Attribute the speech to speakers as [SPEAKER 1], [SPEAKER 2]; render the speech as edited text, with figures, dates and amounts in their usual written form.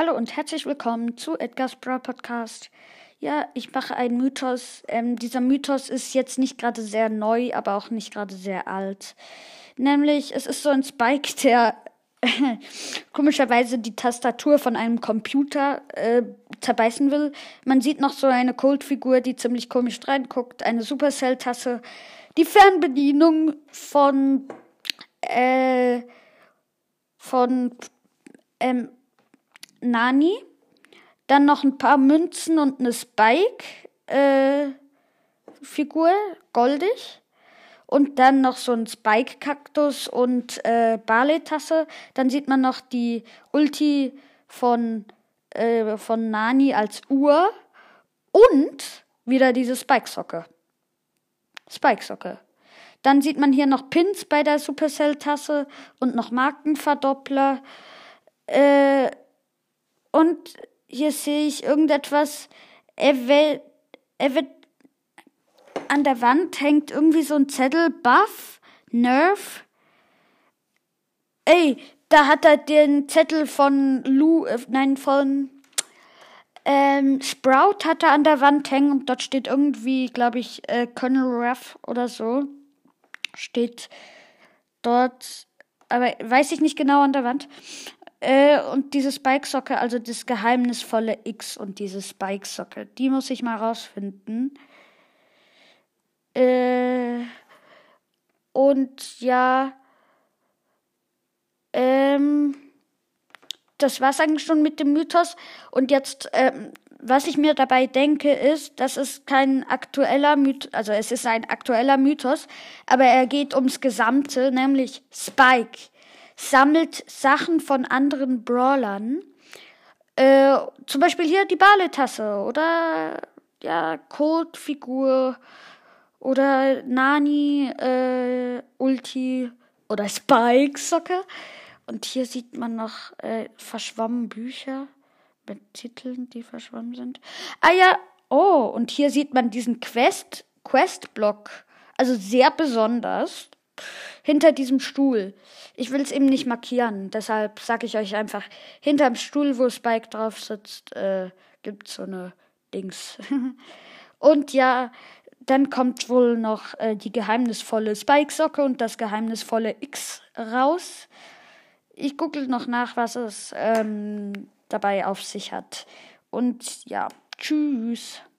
[SPEAKER 1] Hallo und herzlich willkommen zu Edgar's Brawl Podcast. Ja, ich mache einen Mythos. Dieser Mythos ist jetzt nicht gerade sehr neu, aber auch nicht gerade sehr alt. Nämlich, es ist so ein Spike, der komischerweise die Tastatur von einem Computer zerbeißen will. Man sieht noch so eine Cold-Figur, die ziemlich komisch reinguckt, eine Supercell-Tasse, die Fernbedienung von Nani, dann noch ein paar Münzen und eine Spike-Figur, goldig. Und dann noch so ein Spike-Kaktus und Barley-Tasse. Dann sieht man noch die Ulti von Nani als Uhr. Und wieder diese Spike-Socke. Dann sieht man hier noch Pins bei der Supercell-Tasse und noch Markenverdoppler. Und hier sehe ich irgendetwas. An der Wand hängt irgendwie so ein Zettel. Buff, Nerf. Ey, da hat er den Zettel von Sprout hat er an der Wand hängen. Und dort steht irgendwie, glaube ich, Colonel Ruff oder so. Steht dort, aber weiß ich nicht genau an der Wand. Und diese Spike-Socke, also das geheimnisvolle X und diese Spike-Socke, die muss ich mal rausfinden. Und ja, das war's eigentlich schon mit dem Mythos. Und jetzt, was ich mir dabei denke, ist, dass es kein aktueller Mythos, also es ist ein aktueller Mythos, aber er geht ums Gesamte, nämlich Spike sammelt Sachen von anderen Brawlern. Zum Beispiel hier die Barley-Tasse oder ja, Cold-Figur oder Nani, Ulti oder Spike-Socke. Und hier sieht man noch verschwommene Bücher mit Titeln, die verschwommen sind. Ah ja, oh, und hier sieht man diesen Quest-Block. Also sehr besonders. Hinter diesem Stuhl. Ich will es eben nicht markieren, deshalb sage ich euch einfach, hinterm Stuhl, wo Spike drauf sitzt, gibt's so eine Dings. Und ja, dann kommt wohl noch die geheimnisvolle Spike-Socke und das geheimnisvolle X raus. Ich google noch nach, was es dabei auf sich hat. Und ja, tschüss.